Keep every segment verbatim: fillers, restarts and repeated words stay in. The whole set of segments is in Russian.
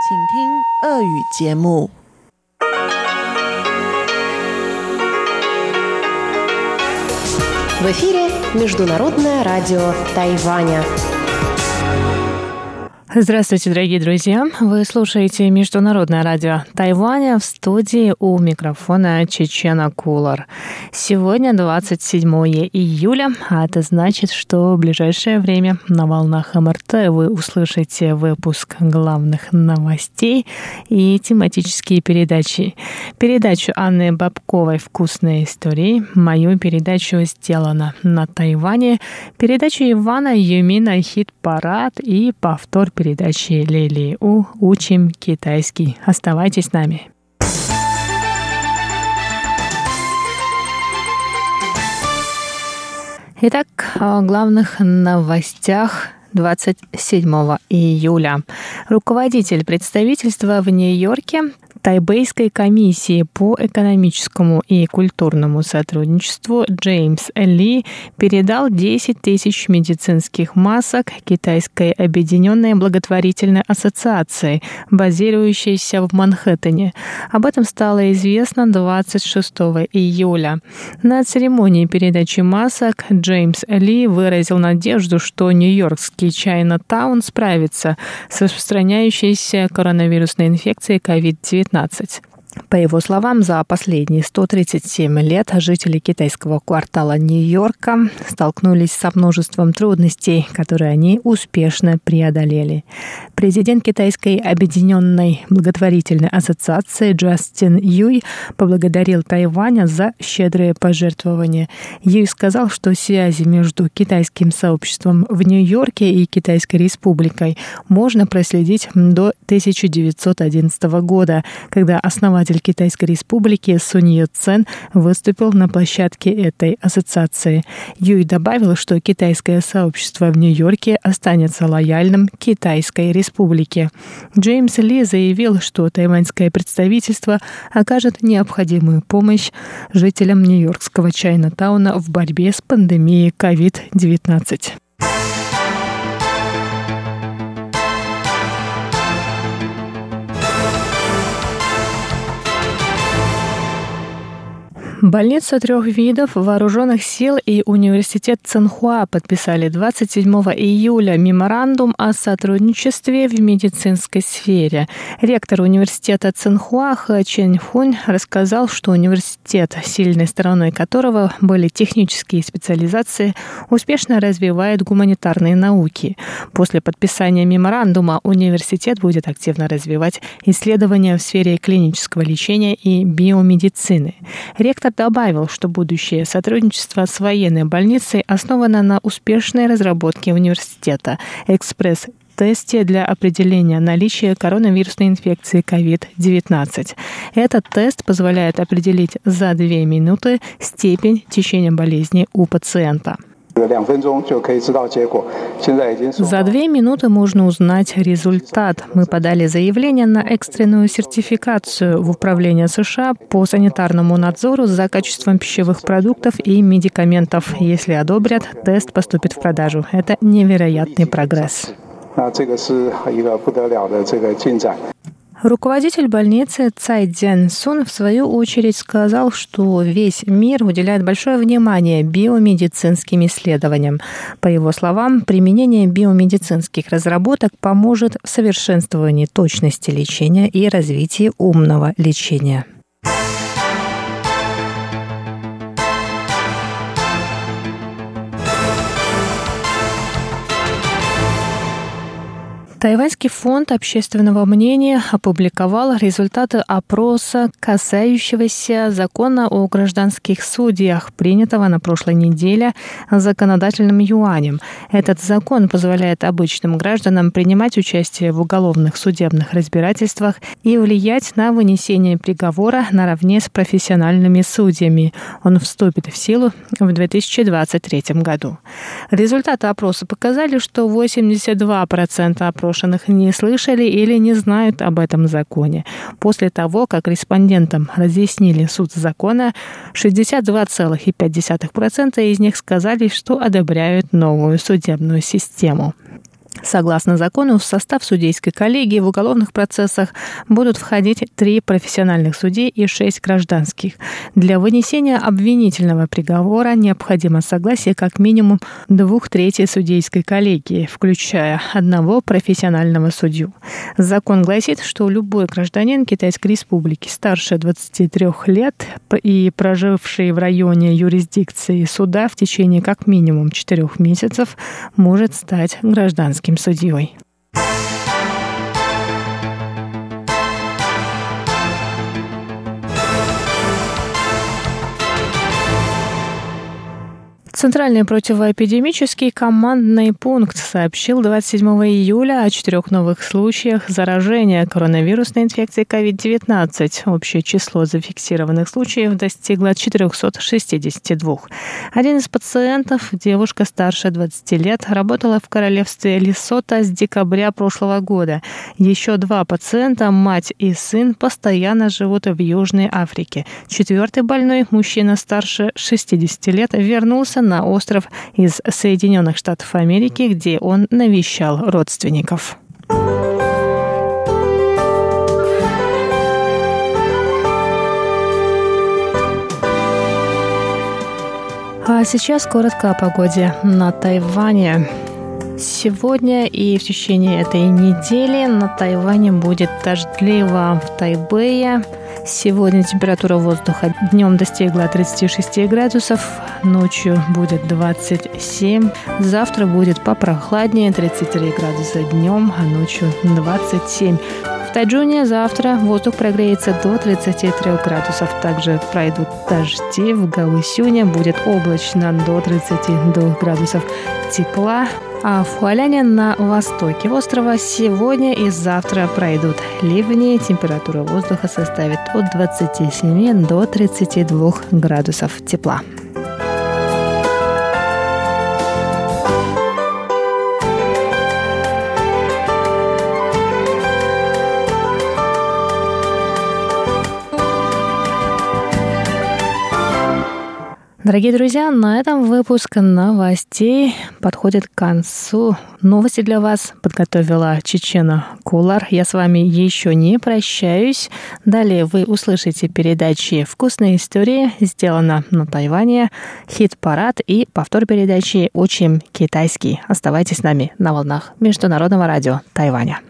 请听俄语节目。 В эфире Международное радио Тайваня. Здравствуйте, дорогие друзья! Вы слушаете Международное радио Тайваня, в студии у микрофона Чечена Кулар. Сегодня двадцать седьмое июля, а это значит, что в ближайшее время на волнах эм эр тэ вы услышите выпуск главных новостей и тематические передачи. Передачу Анны Бабковой «Вкусные истории», мою передачу «Сделано на Тайване», передачу Ивана Юмина «Хит-парад» и повтор передачи Лили У «Учим китайский». Оставайтесь с нами. Итак, о главных новостях двадцать седьмого июля. Руководитель представительства в Нью-Йорке Тайбэйской комиссии по экономическому и культурному сотрудничеству Джеймс Ли передал десять тысяч медицинских масок Китайской объединенной благотворительной ассоциации, базирующейся в Манхэттене. Об этом стало известно двадцать шестого июля. На церемонии передачи масок Джеймс Ли выразил надежду, что нью-йоркский Чайна-таун справится с распространяющейся коронавирусной инфекцией ковид девятнадцать. По его словам, за последние сто тридцать семь лет жители китайского квартала Нью-Йорка столкнулись со множеством трудностей, которые они успешно преодолели. Президент Китайской объединенной благотворительной ассоциации Джастин Юй поблагодарил Тайвань за щедрые пожертвования. Юй сказал, что связи между китайским сообществом в Нью-Йорке и Китайской республикой можно проследить до тысяча девятьсот одиннадцатого года, когда основатель Китайской республики Сунь Яцен выступил на площадке этой ассоциации. Юй добавил, что китайское сообщество в Нью-Йорке останется лояльным Китайской республике. Джеймс Ли заявил, что тайваньское представительство окажет необходимую помощь жителям нью-йоркского Чайна-тауна в борьбе с пандемией ковид девятнадцать. Больница трех видов вооруженных сил и университет Цинхуа подписали двадцать седьмого июля меморандум о сотрудничестве в медицинской сфере. Ректор университета Цинхуа Хэ Чэньхунь рассказал, что университет, сильной стороной которого были технические специализации, успешно развивает гуманитарные науки. После подписания меморандума университет будет активно развивать исследования в сфере клинического лечения и биомедицины. Ректор добавил, что будущее сотрудничество с военной больницей основано на успешной разработке университета экспресс-тесте для определения наличия коронавирусной инфекции ковид девятнадцать. Этот тест позволяет определить за две минуты степень течения болезни у пациента. За две минуты можно узнать результат. Мы подали заявление на экстренную сертификацию в Управление США по санитарному надзору за качеством пищевых продуктов и медикаментов. Если одобрят, тест поступит в продажу. Это невероятный прогресс. Руководитель больницы Цай Цзян Сун в свою очередь сказал, что весь мир уделяет большое внимание биомедицинским исследованиям. По его словам, применение биомедицинских разработок поможет в совершенствовании точности лечения и развитии умного лечения. Тайваньский фонд общественного мнения опубликовал результаты опроса, касающегося закона о гражданских судьях, принятого на прошлой неделе законодательным юанем. Этот закон позволяет обычным гражданам принимать участие в уголовных судебных разбирательствах и влиять на вынесение приговора наравне с профессиональными судьями. Он вступит в силу в две тысячи двадцать третьем году. Результаты опроса показали, что восемьдесят два процента опрошенных не слышали или не знают об этом законе. После того, как респондентам разъяснили суть закона, шестьдесят два целых пять десятых процента из них сказали, что одобряют новую судебную систему. Согласно закону, в состав судейской коллегии в уголовных процессах будут входить три профессиональных судьи и шесть гражданских. Для вынесения обвинительного приговора необходимо согласие как минимум двух третей судейской коллегии, включая одного профессионального судью. Закон гласит, что любой гражданин Китайской Республики старше двадцати трёх лет и проживший в районе юрисдикции суда в течение как минимум четырех месяцев может стать гражданским судьей. Центральный противоэпидемический командный пункт сообщил двадцать седьмого июля о четырех новых случаях заражения коронавирусной инфекцией ковид девятнадцать. Общее число зафиксированных случаев достигло четыреста шестьдесят два. Один из пациентов, девушка старше двадцати лет, работала в королевстве Лесото с декабря прошлого года. Еще два пациента, мать и сын, постоянно живут в Южной Африке. Четвертый больной, мужчина старше шестидесяти лет, вернулся на остров из Соединенных Штатов Америки, где он навещал родственников. А сейчас коротко о погоде на Тайване. Сегодня и в течение этой недели на Тайване будет дождливо в Тайбэе. Сегодня температура воздуха днем достигла тридцати шести градусов, ночью будет двадцать семь. Завтра будет попрохладнее, тридцать три градуса днем, а ночью двадцать семь. В Тайчжуне завтра воздух прогреется до тридцати трёх градусов. Также пройдут дожди. В Гаосюне будет облачно до тридцати двух градусов тепла. А в Хуаляне на востоке острова сегодня и завтра пройдут ливни. Температура воздуха составит от двадцати семи до тридцати двух градусов тепла. Дорогие друзья, на этом выпуск новостей подходит к концу. Новости для вас подготовила Чечена Кулар. Я с вами еще не прощаюсь. Далее вы услышите передачи «Вкусные истории», «Сделано на Тайване», «Хит-парад» и повтор передачи «Учим китайский». Оставайтесь с нами на волнах Международного радио Тайваня.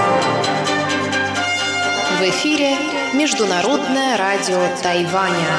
В эфире Международное радио Тайваня.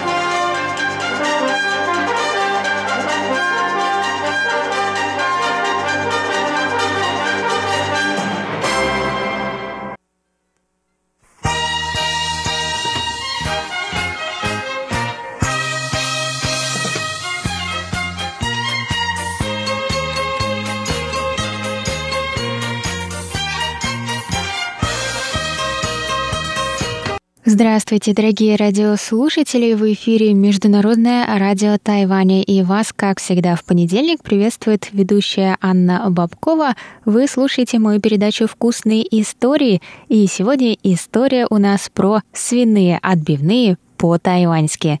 Здравствуйте, дорогие радиослушатели! В эфире Международное радио Тайваня. И вас, как всегда, в понедельник приветствует ведущая Анна Бабкова. Вы слушаете мою передачу «Вкусные истории». И сегодня история у нас про свиные отбивные по-тайваньски.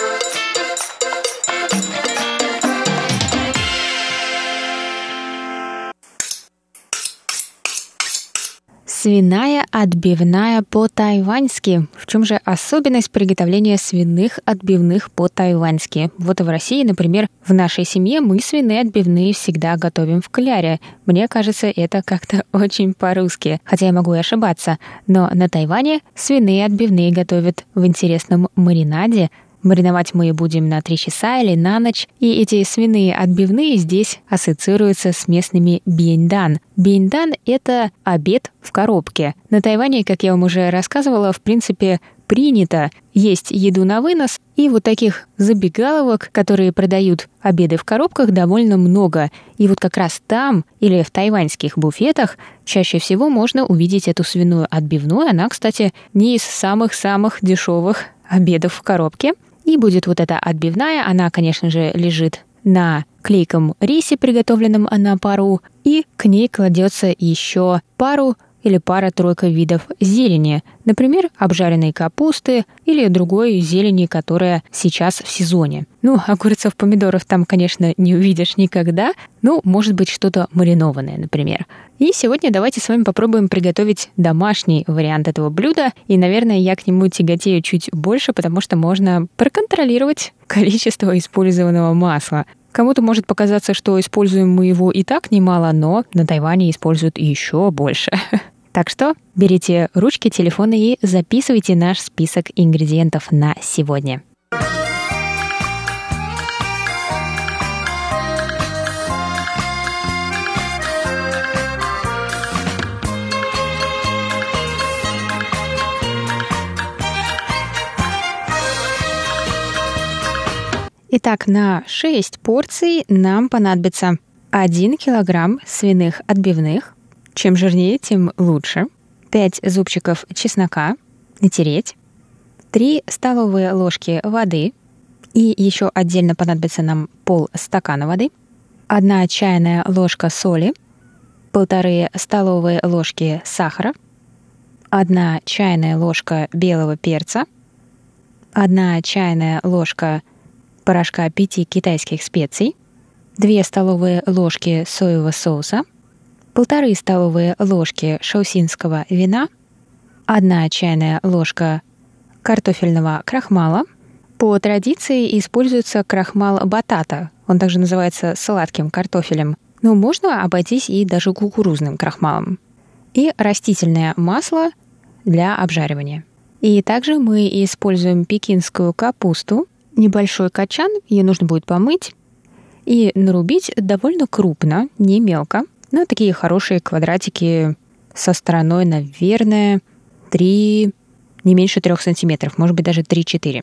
Свиная отбивная по-тайваньски. В чем же особенность приготовления свиных отбивных по-тайваньски? Вот в России, например, в нашей семье мы свиные отбивные всегда готовим в кляре. Мне кажется, это как-то очень по-русски, хотя я могу и ошибаться. Но на Тайване свиные отбивные готовят в интересном маринаде. Мариновать мы будем на три часа или на ночь, и эти свиные отбивные здесь ассоциируются с местными бьендан. Бьендан – это обед в коробке. На Тайване, как я вам уже рассказывала, в принципе, принято есть еду на вынос, и вот таких забегаловок, которые продают обеды в коробках, довольно много. И вот как раз там или в тайваньских буфетах чаще всего можно увидеть эту свиную отбивную. Она, кстати, не из самых-самых дешевых обедов в коробке. И будет вот эта отбивная, она, конечно же, лежит на клейком рисе, приготовленном на пару, и к ней кладется еще пару или пара-тройка видов зелени, например, обжаренной капусты или другой зелени, которая сейчас в сезоне. Ну, огурцов, помидоров там, конечно, не увидишь никогда, ну, может быть, что-то маринованное, например. И сегодня давайте с вами попробуем приготовить домашний вариант этого блюда, и, наверное, я к нему тяготею чуть больше, потому что можно проконтролировать количество использованного масла. Кому-то может показаться, что используем мы его и так немало, но на Тайване используют еще больше. Так что берите ручки, телефоны и записывайте наш список ингредиентов на сегодня. Итак, на шесть порций нам понадобится один килограмм свиных отбивных. Чем жирнее, тем лучше. пять зубчиков чеснока натереть. три столовые ложки воды. И еще отдельно понадобится нам полстакана воды. одна чайная ложка соли. полторы столовые ложки сахара. одна чайная ложка белого перца. одна чайная ложка порошка пяти китайских специй, две столовые ложки соевого соуса, полторы столовые ложки шаосинского вина, одна чайная ложка картофельного крахмала. По традиции используется крахмал батата, он также называется сладким картофелем, но можно обойтись и даже кукурузным крахмалом. И растительное масло для обжаривания. И также мы используем пекинскую капусту, небольшой качан, ее нужно будет помыть и нарубить довольно крупно, не мелко, но такие хорошие квадратики со стороной, наверное, три, не меньше трех сантиметров, может быть, даже три-четыре.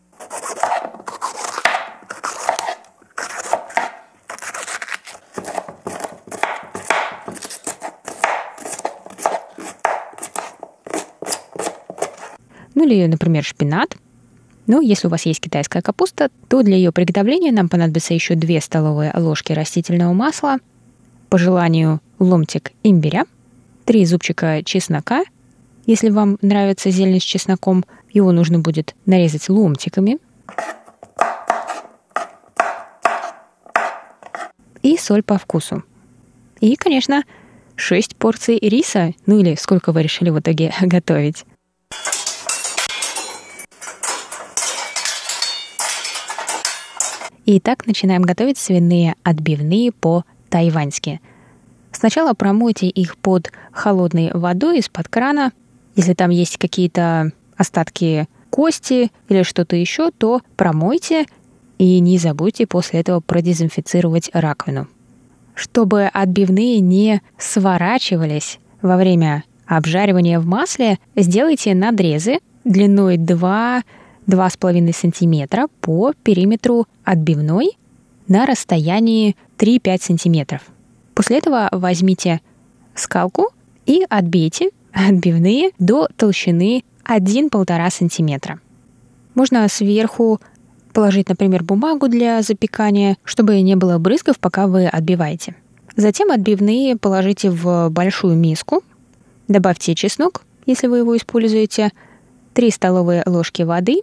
Ну или, например, шпинат. Ну, если у вас есть китайская капуста, то для ее приготовления нам понадобится еще две столовые ложки растительного масла, по желанию ломтик имбиря, три зубчика чеснока. Если вам нравится зелень с чесноком, его нужно будет нарезать ломтиками. И соль по вкусу. И, конечно, шесть порций риса, ну или сколько вы решили в итоге готовить. Итак, начинаем готовить свиные отбивные по-тайваньски. Сначала промойте их под холодной водой из-под крана. Если там есть какие-то остатки кости или что-то еще, то промойте и не забудьте после этого продезинфицировать раковину. Чтобы отбивные не сворачивались во время обжаривания в масле, сделайте надрезы длиной два-два с половиной сантиметра по периметру отбивной на расстоянии три-пять сантиметров. После этого возьмите скалку и отбейте отбивные до толщины один-полтора сантиметра. Можно сверху положить, например, бумагу для запекания, чтобы не было брызгов, пока вы отбиваете. Затем отбивные положите в большую миску, добавьте чеснок, если вы его используете, три столовые ложки воды,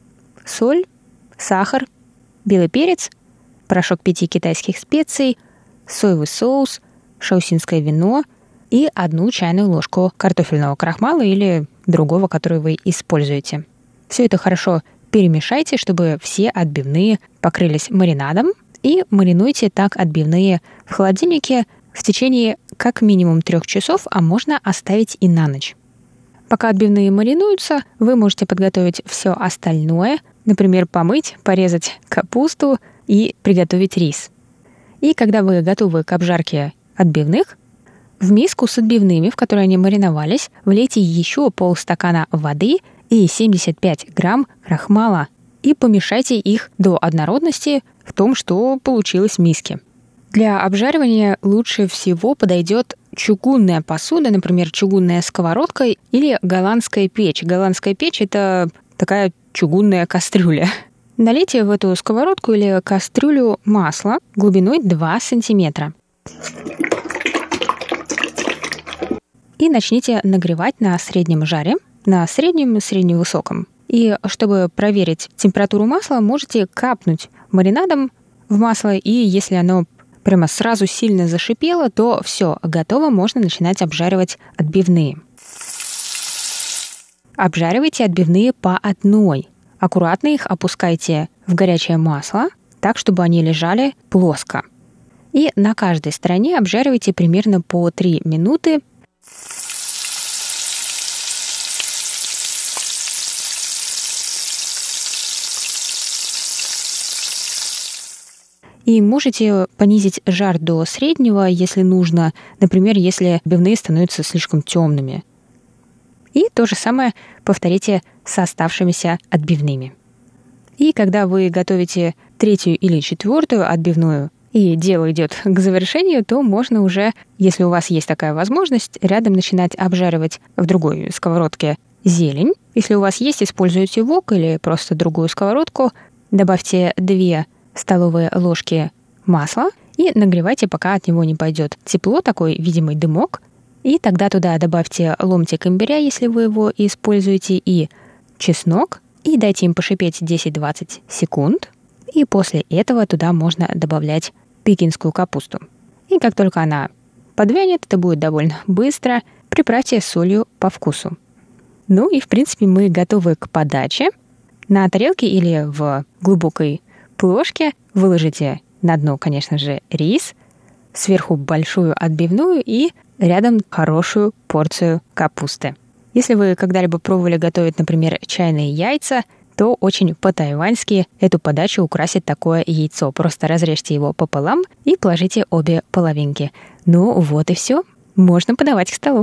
соль, сахар, белый перец, порошок пяти китайских специй, соевый соус, шаосинское вино и одну чайную ложку картофельного крахмала или другого, который вы используете. Все это хорошо перемешайте, чтобы все отбивные покрылись маринадом, и маринуйте так отбивные в холодильнике в течение как минимум трех часов, а можно оставить и на ночь. Пока отбивные маринуются, вы можете подготовить все остальное, например, помыть, порезать капусту и приготовить рис. И когда вы готовы к обжарке отбивных, в миску с отбивными, в которой они мариновались, влейте еще полстакана воды и семьдесят пять грамм крахмала и помешайте их до однородности в том, что получилось в миске. Для обжаривания лучше всего подойдет чугунная посуда, например, чугунная сковородка или голландская печь. Голландская печь — это такая чугунная кастрюля. Налейте в эту сковородку или кастрюлю масла глубиной два сантиметра. и начните нагревать на среднем жаре, на среднем и средневысоком. И чтобы проверить температуру масла, можете капнуть маринадом в масло, и если оно прямо сразу сильно зашипело, то все, готово, можно начинать обжаривать отбивные. Обжаривайте отбивные по одной. Аккуратно их опускайте в горячее масло, так, чтобы они лежали плоско. И на каждой стороне обжаривайте примерно по три минуты. И можете понизить жар до среднего, если нужно, например, если отбивные становятся слишком темными. И то же самое повторите с оставшимися отбивными. И когда вы готовите третью или четвертую отбивную, и дело идет к завершению, то можно уже, если у вас есть такая возможность, рядом начинать обжаривать в другой сковородке зелень. Если у вас есть, используйте вок или просто другую сковородку, добавьте две столовые ложки масла и нагревайте, пока от него не пойдет тепло, такой видимый дымок. И тогда туда добавьте ломтик имбиря, если вы его используете, и чеснок, и дайте им пошипеть десять-двадцать секунд. И после этого туда можно добавлять пекинскую капусту. И как только она подвянет, это будет довольно быстро, приправьте солью по вкусу. Ну и, в принципе, мы готовы к подаче. На тарелке или в глубокой плошке выложите на дно, конечно же, рис, сверху большую отбивную и рядом хорошую порцию капусты. Если вы когда-либо пробовали готовить, например, чайные яйца, то очень по-тайваньски эту подачу украсит такое яйцо. Просто разрежьте его пополам и положите обе половинки. Ну вот и все. Можно подавать к столу.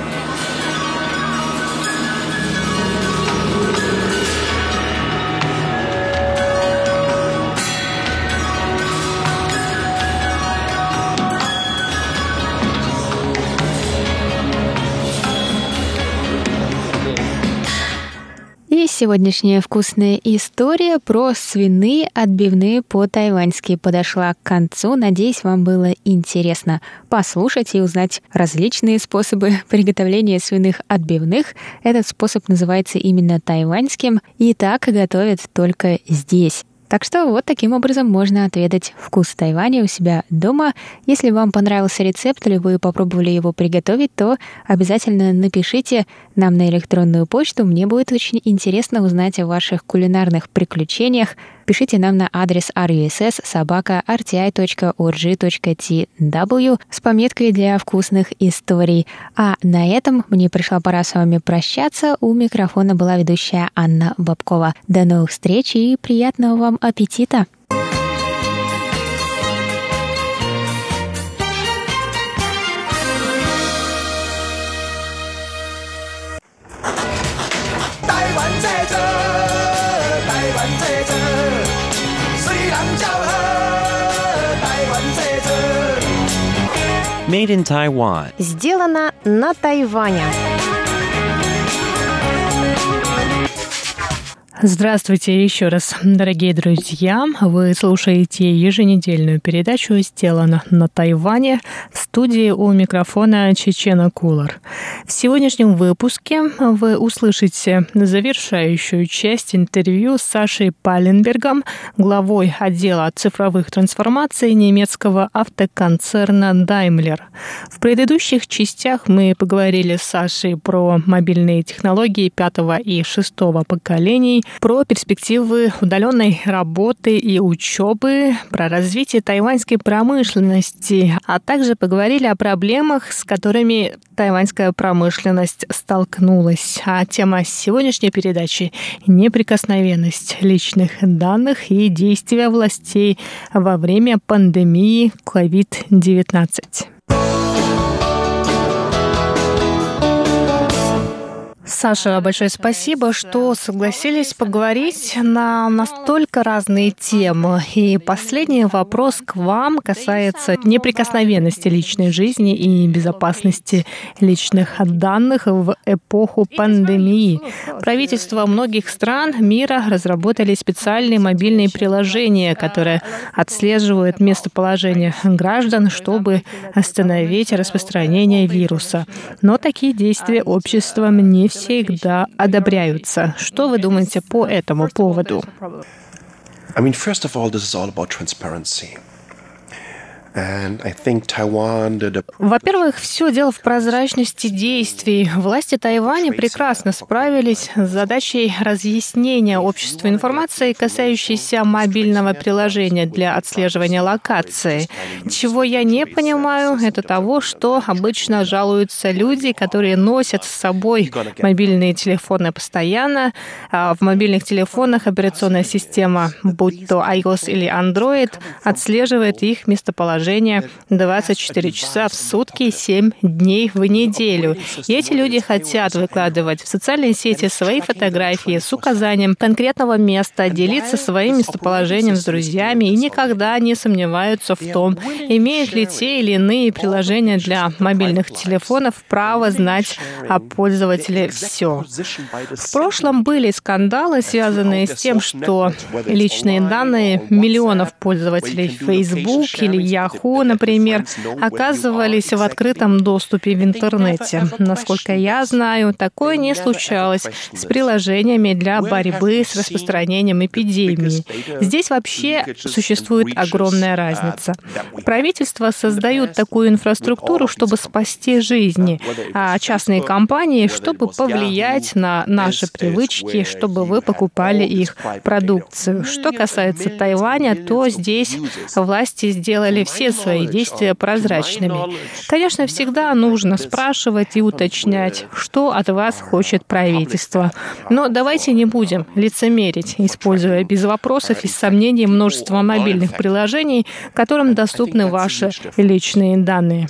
И сегодняшняя вкусная история про свиные отбивные по-тайваньски подошла к концу. Надеюсь, вам было интересно послушать и узнать различные способы приготовления свиных отбивных. Этот способ называется именно тайваньским, и так готовят только здесь. Так что вот таким образом можно отведать вкус Тайваня у себя дома. Если вам понравился рецепт или вы попробовали его приготовить, то обязательно напишите нам на электронную почту. Мне будет очень интересно узнать о ваших кулинарных приключениях. Пишите нам на адрес ар ю эс эс собака эр ти ай точка о эр джи точка ти дабл ю с пометкой для вкусных историй. А на этом мне пришла пора с вами прощаться. У микрофона была ведущая Анна Бабкова. До новых встреч и приятного вам аппетита! Made in Taiwan. Сделано на Тайване. Здравствуйте еще раз, дорогие друзья. Вы слушаете еженедельную передачу «Сделано на Тайване». В студии у микрофона Чечена Кулар. В сегодняшнем выпуске вы услышите завершающую часть интервью с Сашей Паленбергом, главой отдела цифровых трансформаций немецкого автоконцерна Daimler. В предыдущих частях мы поговорили с Сашей про мобильные технологии пятого и шестого поколений, про перспективы удаленной работы и учебы, про развитие тайваньской промышленности, а также поговорили о проблемах, с которыми тайваньская промышленность столкнулась. А тема сегодняшней передачи – неприкосновенность личных данных и действия властей во время пандемии ковид девятнадцать. Саша, большое спасибо, что согласились поговорить на настолько разные темы. И последний вопрос к вам касается неприкосновенности личной жизни и безопасности личных данных в эпоху пандемии. Правительства многих стран мира разработали специальные мобильные приложения, которые отслеживают местоположение граждан, чтобы остановить распространение вируса. Но такие действия обществом не всегда одобряются. Что вы думаете по этому поводу? I mean, first of all, this is all about transparency. And I think Taiwan did a... Во-первых, все дело в прозрачности действий. Власти Тайваня прекрасно справились с задачей разъяснения обществу информации, касающейся мобильного приложения для отслеживания локации. Чего я не понимаю, это того, что обычно жалуются люди, которые носят с собой мобильные телефоны постоянно. В мобильных телефонах операционная система, будь то iOS или Android, отслеживает их местоположение двадцать четыре часа в сутки, семь дней в неделю. И эти люди хотят выкладывать в социальные сети свои фотографии с указанием конкретного места, делиться своим местоположением с друзьями и никогда не сомневаются в том, имеют ли те или иные приложения для мобильных телефонов право знать о пользователе все. В прошлом были скандалы, связанные с тем, что личные данные миллионов пользователей Facebook или Yahoo, например, оказывались в открытом доступе в интернете. Насколько я знаю, такое не случалось с приложениями для борьбы с распространением эпидемии. Здесь вообще существует огромная разница. Правительства создают такую инфраструктуру, чтобы спасти жизни, а частные компании, чтобы повлиять на наши привычки, чтобы вы покупали их продукцию. Что касается Тайваня, то здесь власти сделали все свои действия прозрачными. Конечно, всегда нужно спрашивать и уточнять, что от вас хочет правительство. Но давайте не будем лицемерить, используя без вопросов и сомнений множество мобильных приложений, которым доступны ваши личные данные.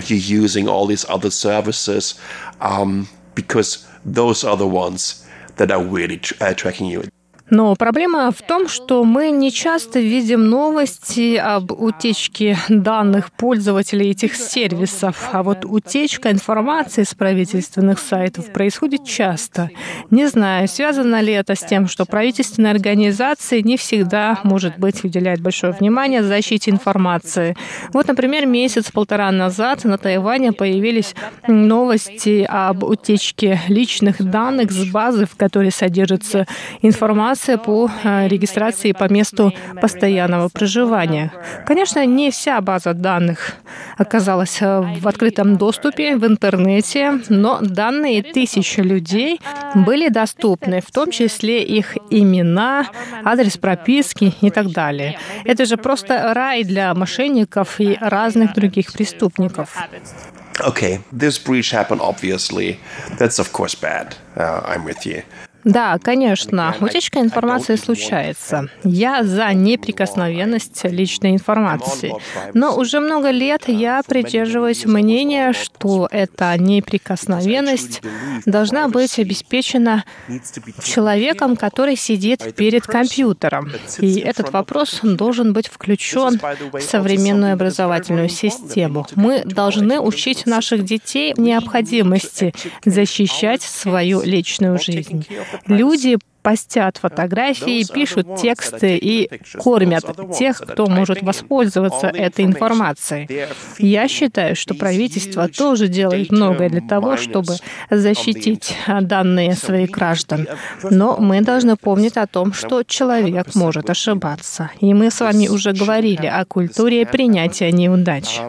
Но проблема в том, что мы не часто видим новости об утечке данных пользователей этих сервисов, а вот утечка информации с правительственных сайтов происходит часто. Не знаю, связано ли это с тем, что правительственные организации не всегда, может быть, уделяют большое внимание защите информации. Вот, например, месяц-полтора назад на Тайване появились новости об утечке личных данных с базы, в которой содержится информация по регистрации по месту постоянного проживания. Конечно, не вся база данных оказалась в открытом доступе в интернете, но данные тысяч людей были доступны, в том числе их имена, адрес прописки и так далее. Это же просто рай для мошенников и разных других преступников. Okay, this breach happened obviously. That's of course bad. Uh, I'm with you. Да, конечно, утечка информации случается. Я за неприкосновенность личной информации. Но уже много лет я придерживаюсь мнения, что эта неприкосновенность должна быть обеспечена человеком, который сидит перед компьютером. И этот вопрос должен быть включен в современную образовательную систему. Мы должны учить наших детей необходимости защищать свою личную жизнь. Люди постят фотографии, пишут тексты и кормят тех, кто может воспользоваться этой информацией. Я считаю, что правительство тоже делает многое для того, чтобы защитить данные своих граждан. Но мы должны помнить о том, что человек может ошибаться. И мы с вами уже говорили о культуре принятия неудач.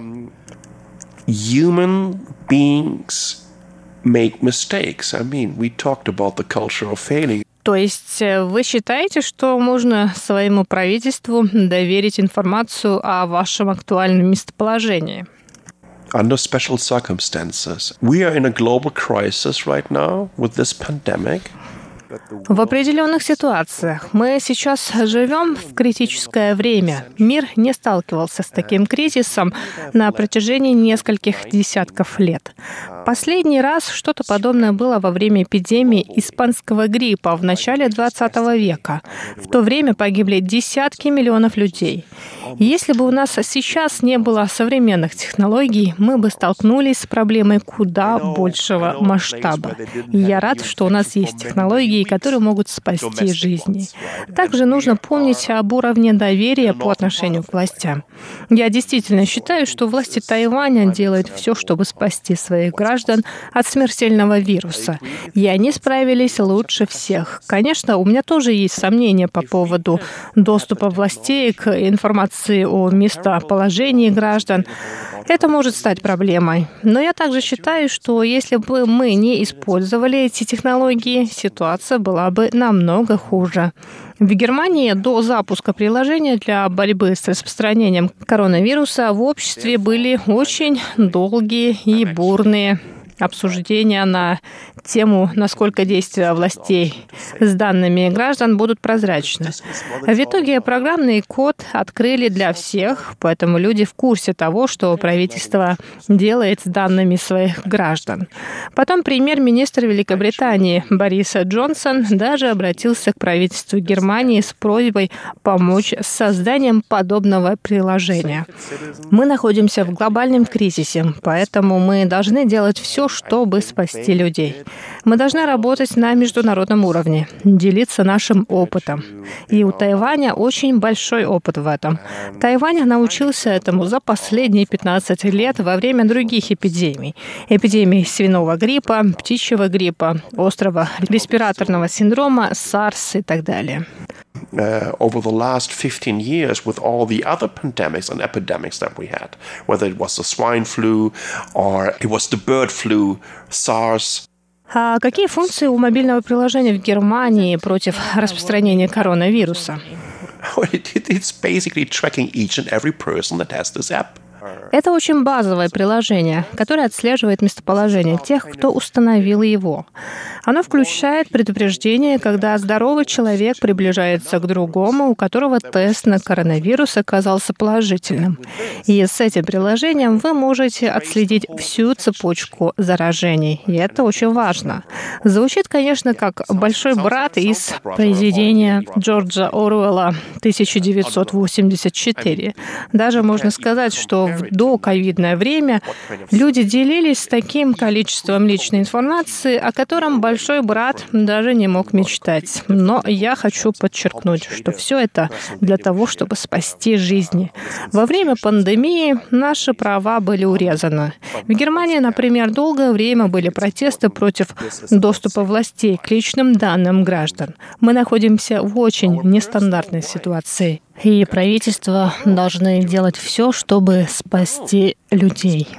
Human beings make mistakes. I mean, we talked about the culture of failing. То есть вы считаете, что можно своему правительству доверить информацию о вашем актуальном местоположении? Under special circumstances. We are in a global crisis right now with this pandemic. В определенных ситуациях мы сейчас живем в критическое время. Мир не сталкивался с таким кризисом на протяжении нескольких десятков лет. Последний раз что-то подобное было во время эпидемии испанского гриппа в начале двадцатого века. В то время погибли десятки миллионов людей. Если бы у нас сейчас не было современных технологий, мы бы столкнулись с проблемой куда большего масштаба. И я рад, что у нас есть технологии, которые могут спасти жизни. Также нужно помнить об уровне доверия по отношению к властям. Я действительно считаю, что власти Тайваня делают все, чтобы спасти своих граждан от смертельного вируса. И они справились лучше всех. Конечно, у меня тоже есть сомнения по поводу доступа властей к информации о местоположении граждан. Это может стать проблемой. Но я также считаю, что если бы мы не использовали эти технологии, ситуация была бы намного хуже. В Германии до запуска приложения для борьбы с распространением коронавируса в обществе были очень долгие и бурные обсуждения на тему, насколько действия властей с данными граждан будут прозрачны. В итоге программный код открыли для всех, поэтому люди в курсе того, что правительство делает с данными своих граждан. Потом премьер-министр Великобритании Борис Джонсон даже обратился к правительству Германии с просьбой помочь с созданием подобного приложения. Мы находимся в глобальном кризисе, поэтому мы должны делать все, чтобы спасти людей. Мы должны работать на международном уровне, делиться нашим опытом. И у Тайваня очень большой опыт в этом. Тайвань научился этому за последние пятнадцать лет во время других эпидемий. Эпидемии свиного гриппа, птичьего гриппа, острого респираторного синдрома, SARS и так далее. Uh, over the last fifteen years with all the other pandemics and epidemics that we had, whether it was the swine flu or it was the bird flu, SARS. А какие функции у мобильного приложения в Германии против распространения коронавируса? It's basically tracking each and every person that has this app. Это очень базовое приложение, которое отслеживает местоположение тех, кто установил его. Оно включает предупреждение, когда здоровый человек приближается к другому, у которого тест на коронавирус оказался положительным. И с этим приложением вы можете отследить всю цепочку заражений. И это очень важно. Звучит, конечно, как большой брат из произведения Джорджа Оруэлла тысяча девятьсот восемьдесят четыре. Даже можно сказать, что в доковидное время люди делились таким количеством личной информации, о котором большой брат даже не мог мечтать. Но я хочу подчеркнуть, что все это для того, чтобы спасти жизни. Во время пандемии наши права были урезаны. В Германии, например, долгое время были протесты против доступа властей к личным данным граждан. Мы находимся в очень нестандартной ситуации. И правительства должны делать все, чтобы спасти людей.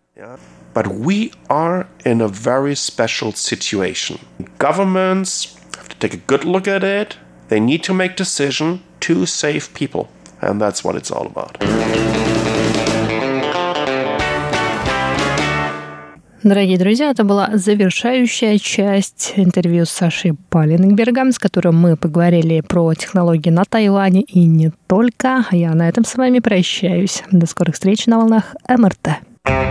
But we are in a very special situation. Governments have to take a good look at it. They need to make decisions to save people. And that's what it's all about. Дорогие друзья, это была завершающая часть интервью с Сашей Паленбергом, с которым мы поговорили про технологии на Тайване и не только. Я на этом с вами прощаюсь. До скорых встреч на волнах эм эр тэ.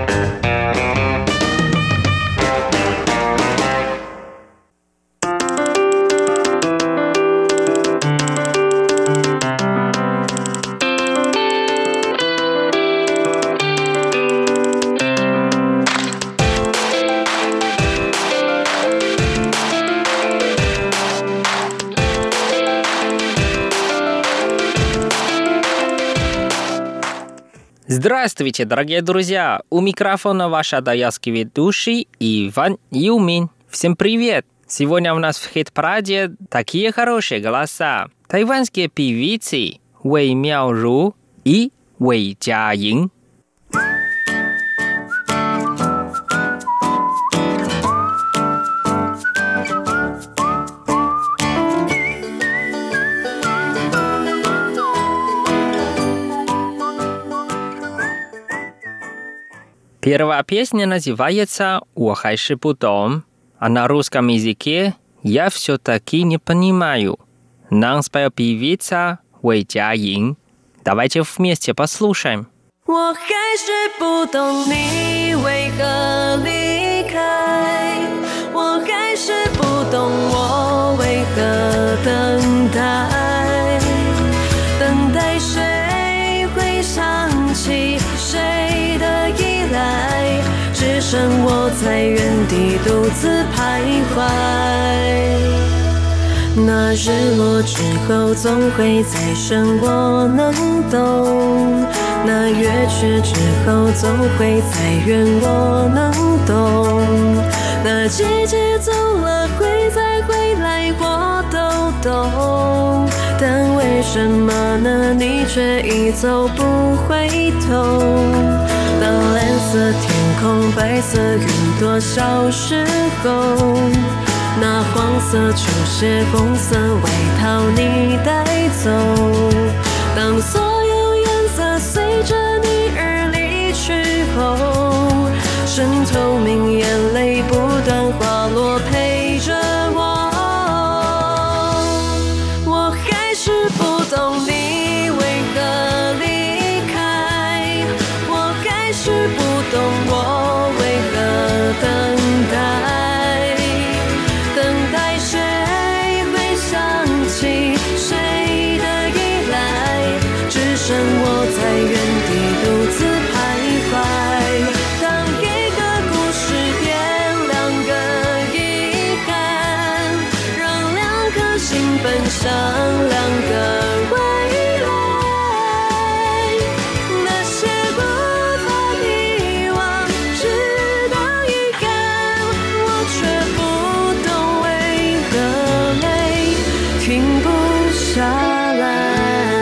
Здравствуйте, дорогие друзья! У микрофона ваш адаялский ведущий Иван Юмин. Всем привет! Сегодня у нас в хит-параде такие хорошие голоса. Тайванские певицы Вэй Мяо Ру и Вэй Джа Ин. Первая песня называется «Ухайши путом», а на русском языке я все-таки не понимаю. Нам спела певица Вэй Jiaying. Давайте вместе послушаем. 我还是不懂你为何离开，我还是不懂我为何等待，等待谁会想起谁的依赖，只剩我在原地独自徘徊。那日落之后总会再生我能懂，那月缺之后总会再圆我能懂，那季节走了会再回来我都懂，但为什么呢你却已走不回头。当蓝色天空白色云朵消失后，那黄色球鞋红色外套你带走，当所有颜色随着你而离去后，渗透明眼泪不断滑落陪着我，我还是不懂你为何离开，我还是不懂我为何等待，我在原地独自徘徊，当一个故事变两个遗憾，让两颗心奔向两个未来，那些无法遗忘值得遗憾，我却不懂为何泪停不下来。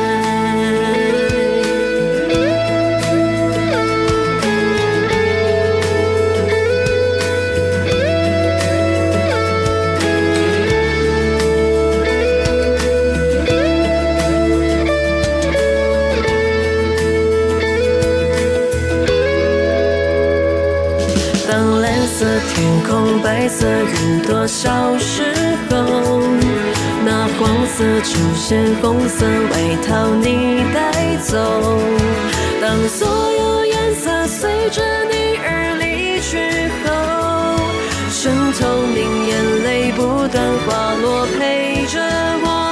天空白色云朵消失后，那黄色球鞋红色外套你带走，当所有颜色随着你而离去后，渗透明眼泪不断滑落陪着我，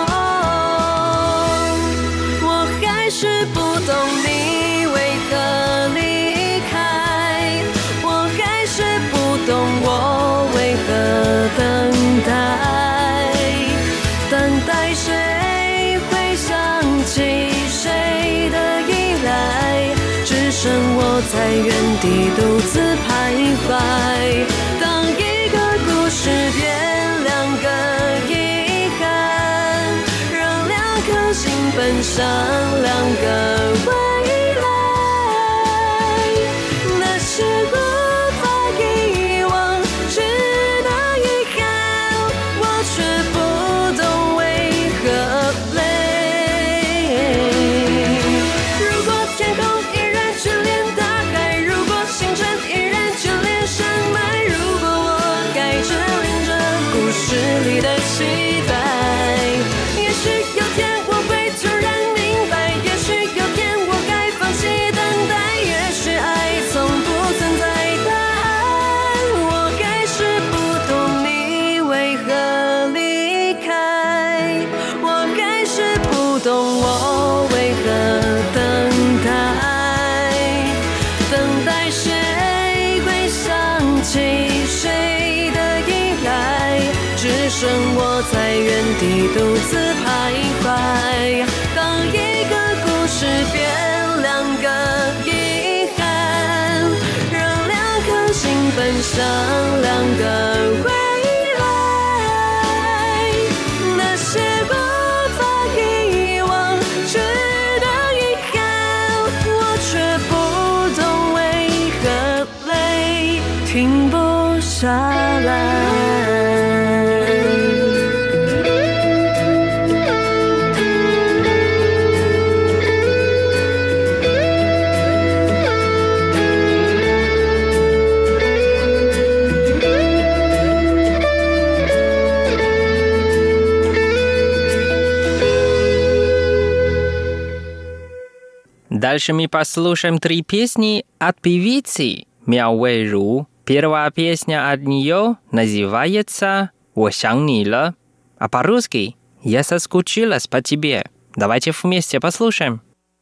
我还是不懂你为何离开，我还是不懂我为何等待，等待谁会想起谁的依赖，只剩我在原地独自徘徊，当一个故事变两个遗憾，让两颗心奔向两个未来，那些无法遗忘值得遗憾，我却不懂为何累。如果天空依然眷恋大海，如果星辰依然眷恋山脉，如果我该眷恋着故事里的期待，也许有天我会突然明白，也许有天我该放弃等待，也许爱从不存在答案，我还是不懂你为何离开，我还是不懂我为何等待，等待谁会想起谁的依赖，只剩我在原地独自徘徊，当一个故事变两个遗憾，让两颗心奔向两个未来，那些无法遗忘值得遗憾，我却不懂为何泪停不下来。 Дальше мы послушаем три песни от певицы Мяо Вэйру. Первая песня от нее называется «我想你了», а по-русски «Я соскучилась по тебе». Давайте вместе послушаем.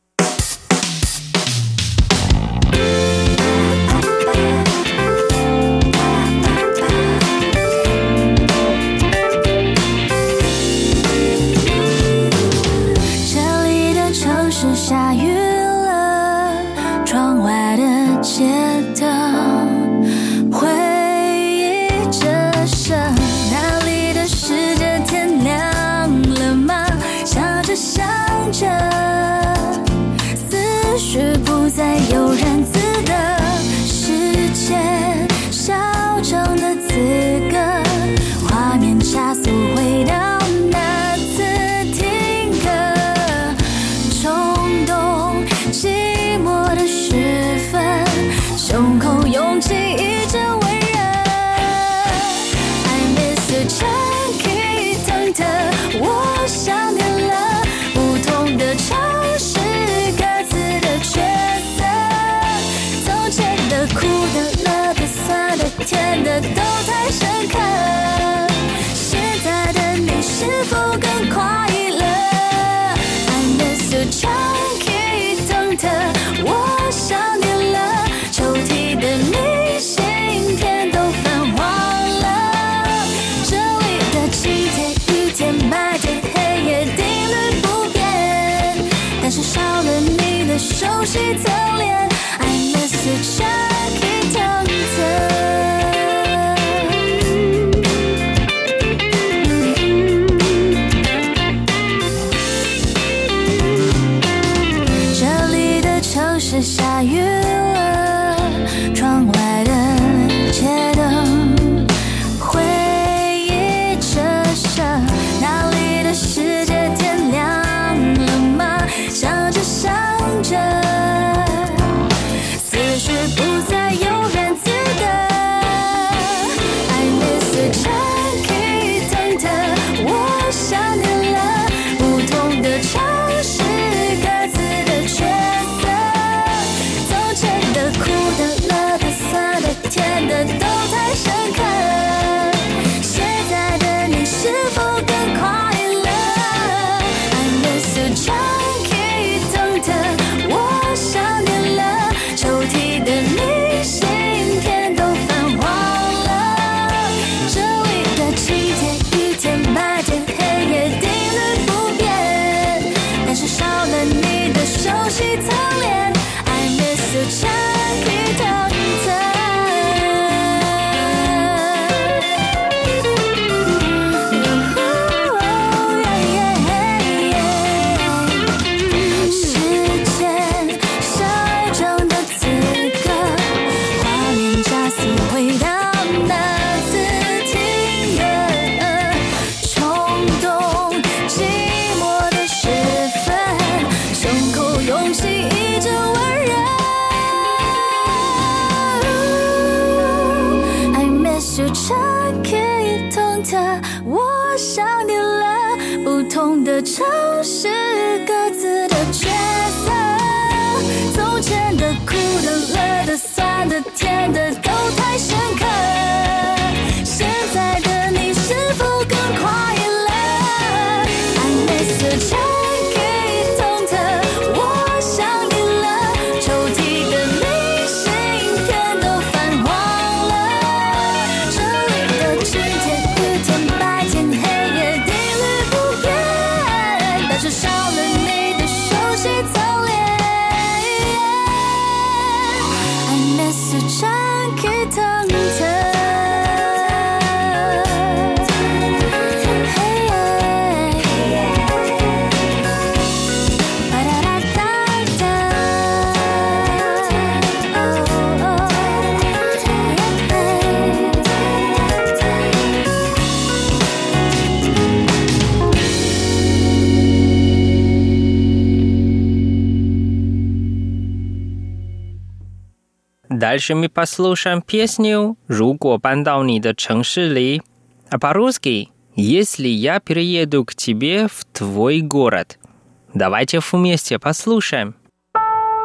Дальше мы послушаем песню «如果搬到你的城市里», а по-русски «Если я перееду к тебе в твой город». Давайте вместе послушаем.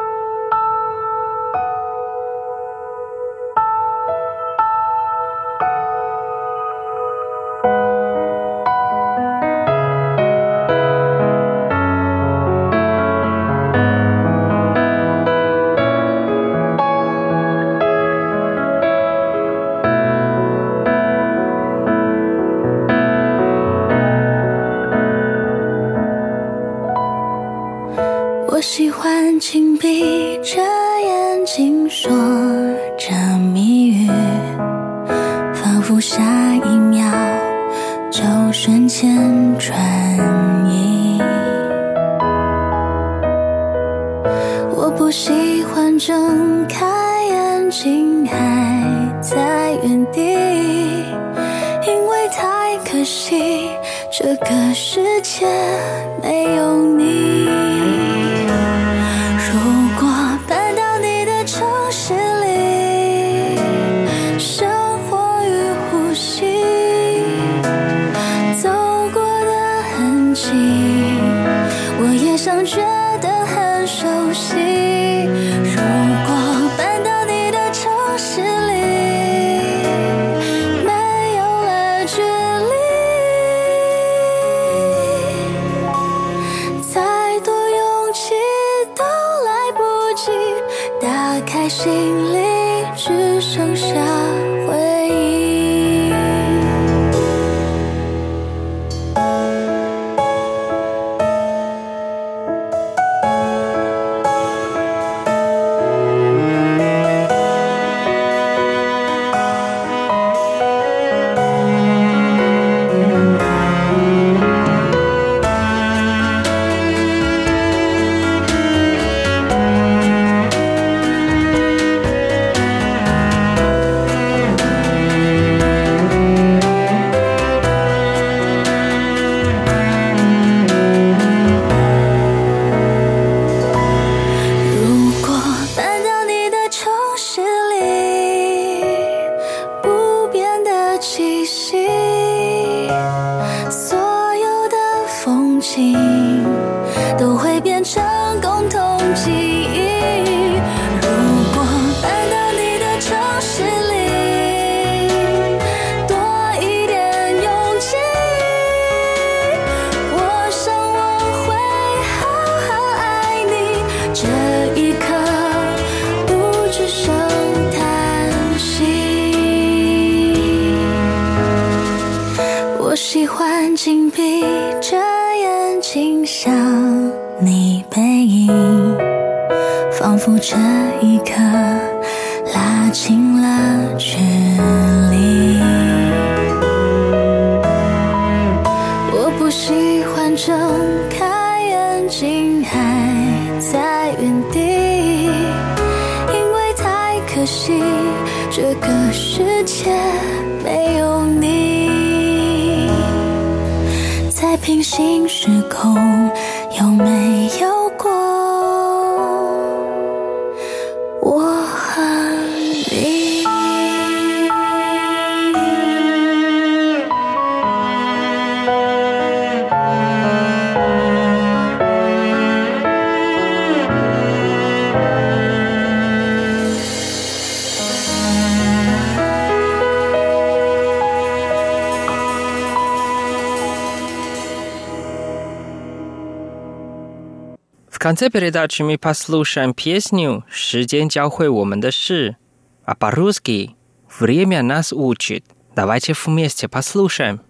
紧闭着眼睛说着谜语，仿佛下一秒就瞬间转移。我不喜欢睁开眼睛还在原地，因为太可惜这个世界没有你。如果搬到你的城市里，生活与呼吸走过的痕迹，我也想觉得很熟悉。如果搬到你的城市里，没有了距离，再多勇气都来不及，打开心里只剩下回忆。都会变成共同记忆。如果搬到你的城市里，多一点勇气，我想我会好好爱你。这一刻不只剩叹息。我喜欢紧闭着眼睛想你背影，仿佛这一刻拉近了距离。我不喜欢睁开眼睛还在原地，因为太可惜这个世界没有你。在平行时空有没有过我和你？ В конце передачи мы послушаем песню «时间教会我们的事», а по-русски «Время нас учит». Давайте вместе послушаем.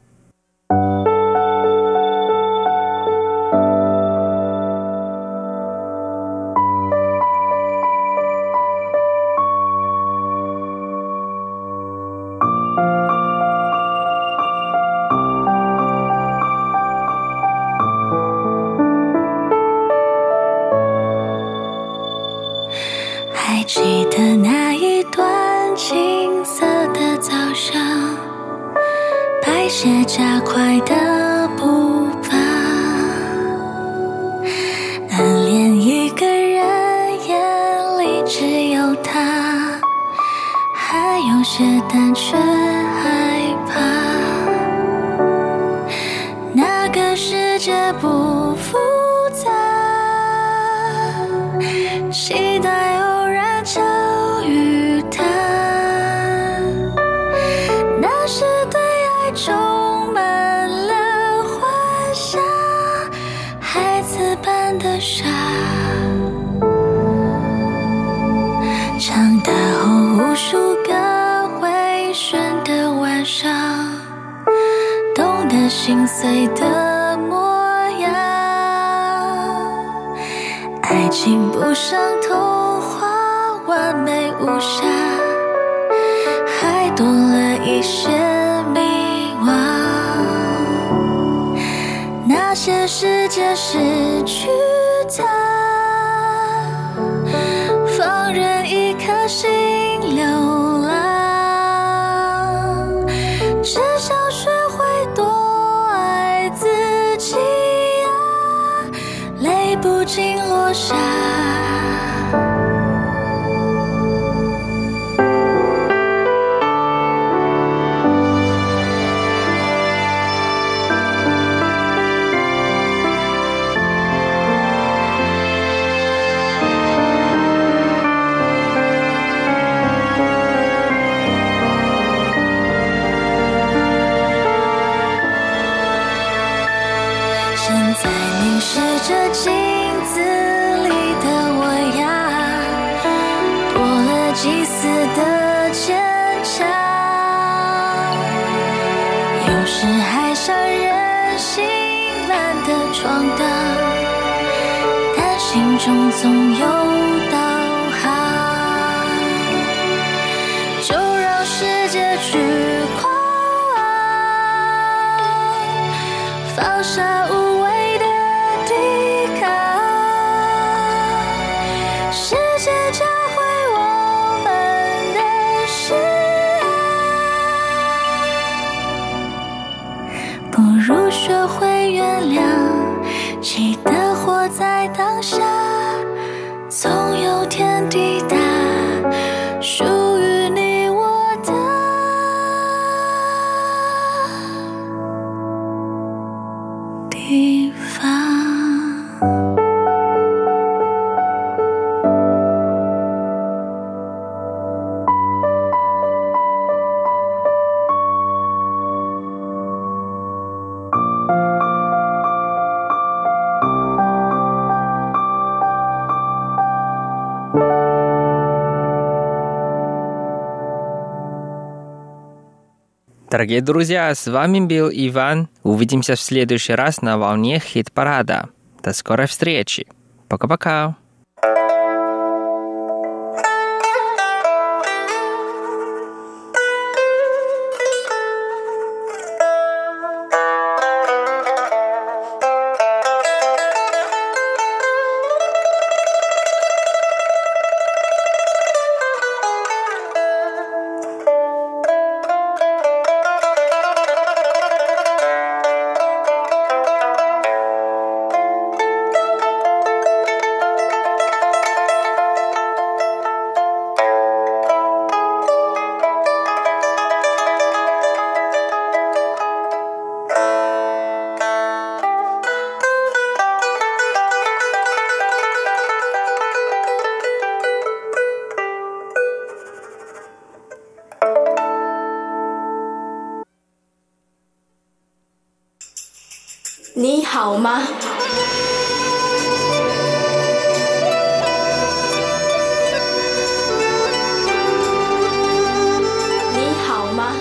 还记得那一段青涩的早上，白鞋加快的步伐，暗恋一个人，眼里只有他，还有些胆却害怕。那个世界不复杂，期待偶然巧遇他，那时对爱充满了幻想，孩子般的傻。长大后无数个回旋的晚上，懂得心碎的模样，爱情不像童话完美无瑕，还多了一些迷惘。那些时间失去它，放任一颗心流浪，只想学会多爱自己啊，泪不禁落下。这镜子里的我呀，多了几丝的坚强，有时还想任性懒得闯荡，但心中总有导航，就让世界去狂妄，放下无谓的抵抗，世界教会我们的是爱，不如学会原谅，记得活在当下，总有天抵达属于你我的地方。 Дорогие друзья, с вами был Иван. Увидимся в следующий раз на волне хит-парада. До скорой встречи. Пока-пока. 你好吗？你好吗？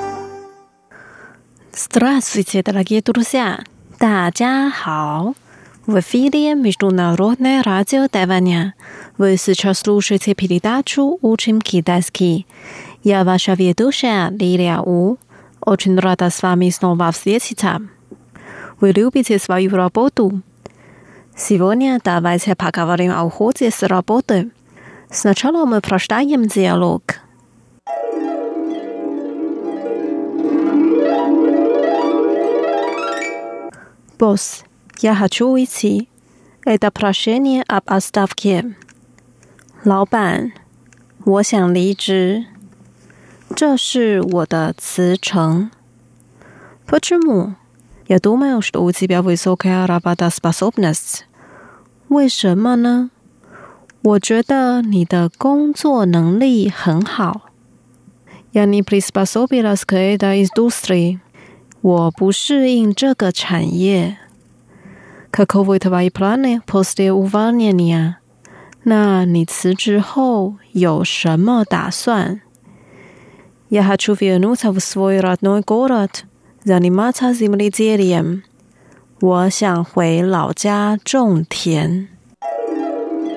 Здравствуйте, дорогие друзья! 大家好! В эфире Международное радио Тайваня. Вы сейчас слушаете передачу «Учим китайский». Я ваша ведущая Лилия У. Очень рада с вами снова встретиться. Вы любите свою работу? Сегодня давайте поговорим о уходе с работы. Сначала мы прочитаем диалог. Босс, я хочу уйти. Это прошение об отставке. 老板，我想离职。这是我的辞呈。Почему? Я думаю, что у тебя высокая работоспособность. 为什么呢？我觉得你的工作能力很好。Я не приспособилась к этой индустрии. 我不适应这个产业。Каковы твои планы после увольнения? 那你辞职后有什么打算？ Я хочу вернуться в свой родной город, заниматься земледелием. 我想回老家种田。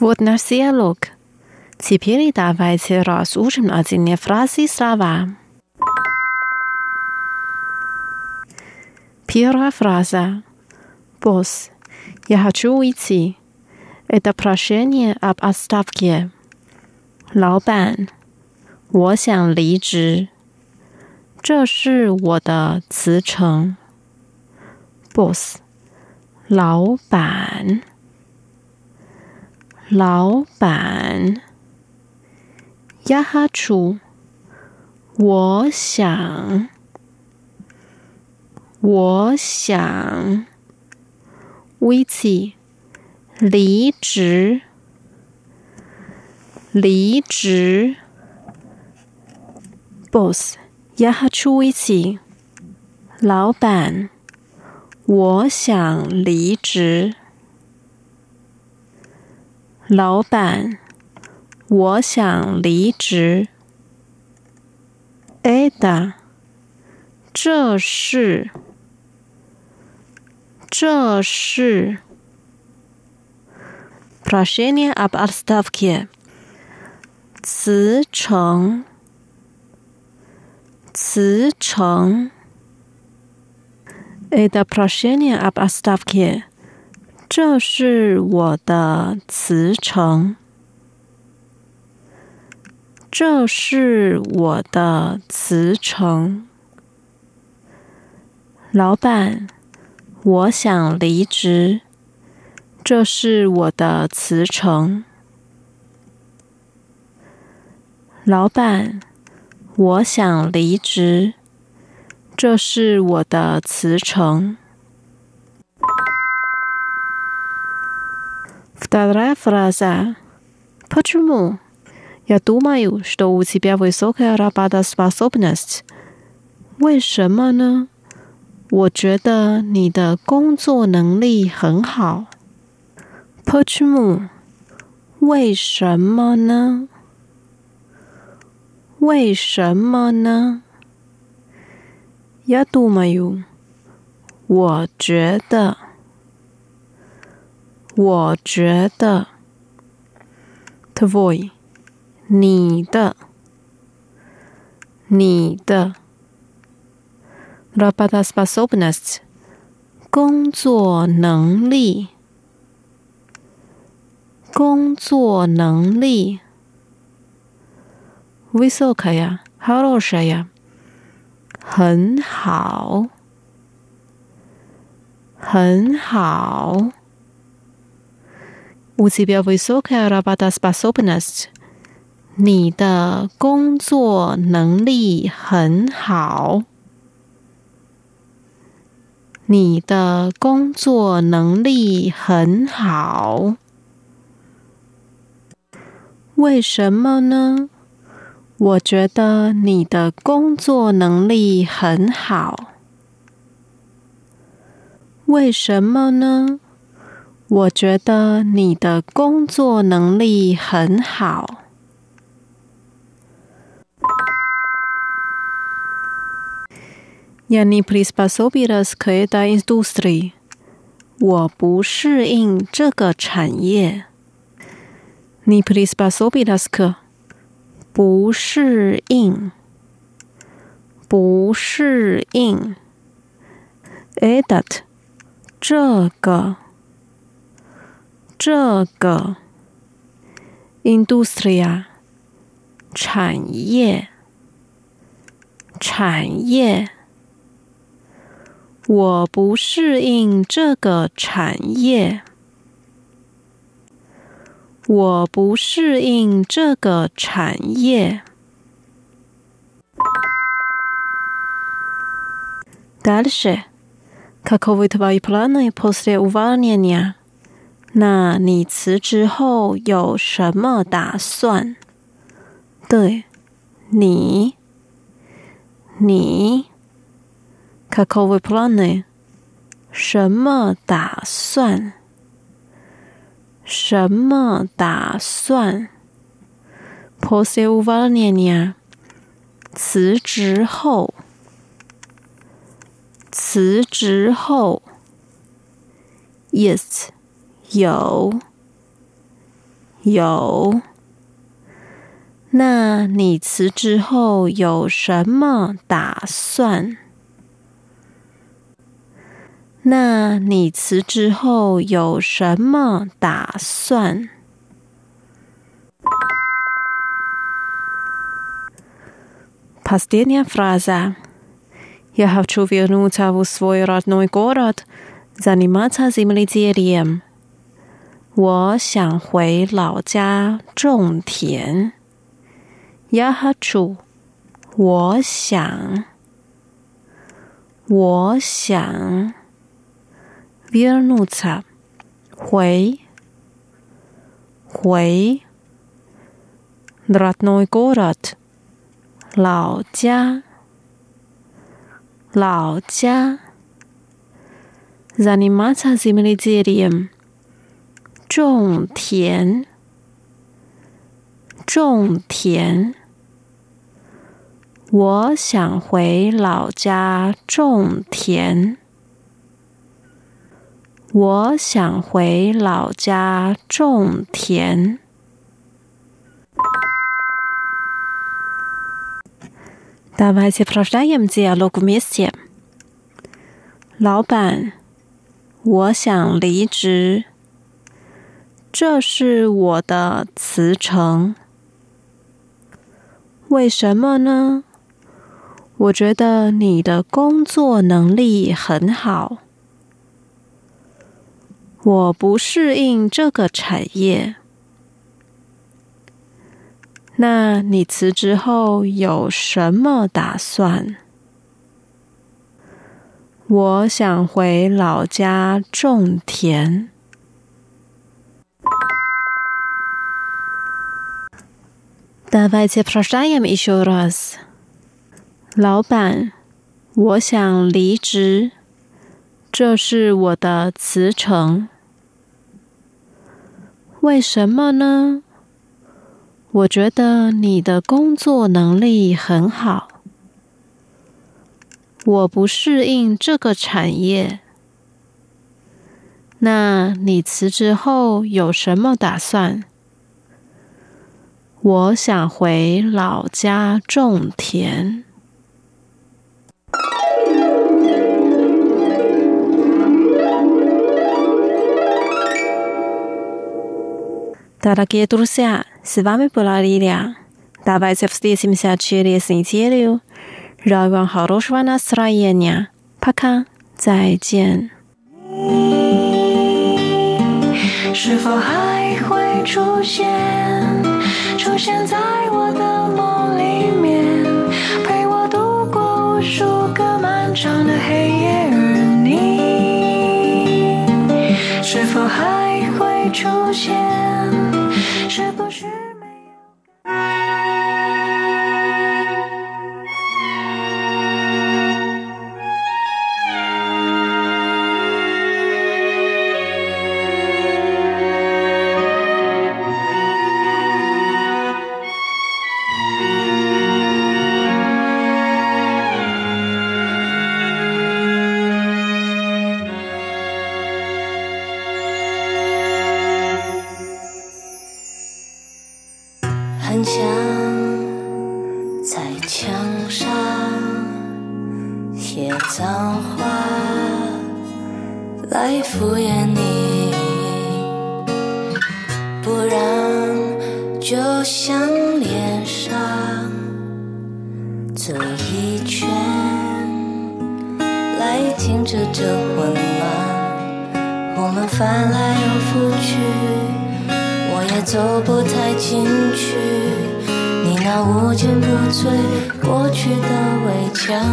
Вот наш диалог. Теперь давайте разучим отдельные фразы и слова. Первая фраза. Босс, я хочу уйти. Это прошение об отставке. 老板，我想离职。这是我的辞呈。Boss， 老板，老板。Я хочу， 我想，我想。уйти， 离职，离职。Boss， я хочу уйти。老板，我想离职。老板，我想离职。Это， 这是，这是。Прошение об отставке， 辞呈，辞呈。Это прошение об отставке， 这是我的辞呈。这是我的辞呈。老板，我想离职。这是我的辞呈。老板，我想离职。这是我的辞呈。Вторая фраза. Почему? Я думаю, что у тебя высокая работоспособность. 为什么呢？我觉得你的工作能力很好。Почему? 为什么呢？为什么呢？ Я думаю， 我觉得，我觉得。Твой， 你的，你的。Работоспособность， 工作能力，工作能力。Высокая， хорошая， 很好，很好。У тебя высокая работоспособность， 你的工作能力很好，你的工作能力很好。为什么呢？我觉得你的工作能力很好。为什么呢？我觉得你的工作能力很好。Я не приспособилась к этой индустрии。我不适应这个产业。Не приспособилась к， 不适应，不适应。Этот， 这个，这个。Индустрия， 产业，产业。我不适应这个产业。我不适应这个产业。Дальше. Каковы твои планы после увольнения? 那你辞职后有什么打算？对，你，你。Каковы планы? 什么打算？什么打算 ？После увольнения， 辞职后，辞职后 ，Есть， 有， 有。那你辞职后有什么打算？那你辞职后有什么打算？Последняя фраза. Я хочу вернуться в свой родной город, заниматься земледелием. 我想回老家种田。Я хочу. 我想。我想。Вернуться. 回。回。Родной город. 老家。老家。Заниматься земледелием. 种田。种田。我想回老家种田。我想回老家种田。Давайте прочитаем диалог вместе. 老板，我想离职。这是我的辞呈。为什么呢？我觉得你的工作能力很好。我不适应这个产业。那你辞职后有什么打算？我想回老家种田。Давайте прочитаем еще раз. 老板，我想离职。这是我的辞呈。为什么呢？我觉得你的工作能力很好。我不适应这个产业。那你辞职后有什么打算？我想回老家种田。Дорогие друзья, с вами была Лилия. Давайте встретимся через неделю. Желаю вам хорошего настроения. Пока. 再见。 是否还会出现，出现在我的梦里面，陪我度过无数个漫长的黑夜，而你是否还会出现？是不是没有？很想在墙上写脏话来敷衍你，不然就像脸上走一圈来停止这混乱，我们翻来又覆去，我也走不太进去，你那无坚不摧过去的围墙，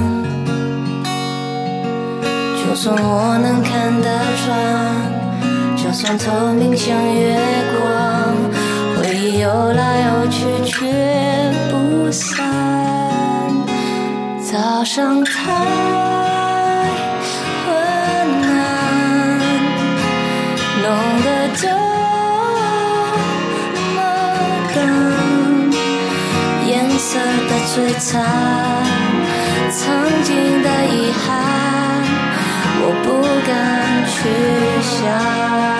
就算我能看得穿，就算透明像月光，回忆游来游去却不散，早上太昏暗，弄得这色的摧残，曾经的遗憾，我不敢去想。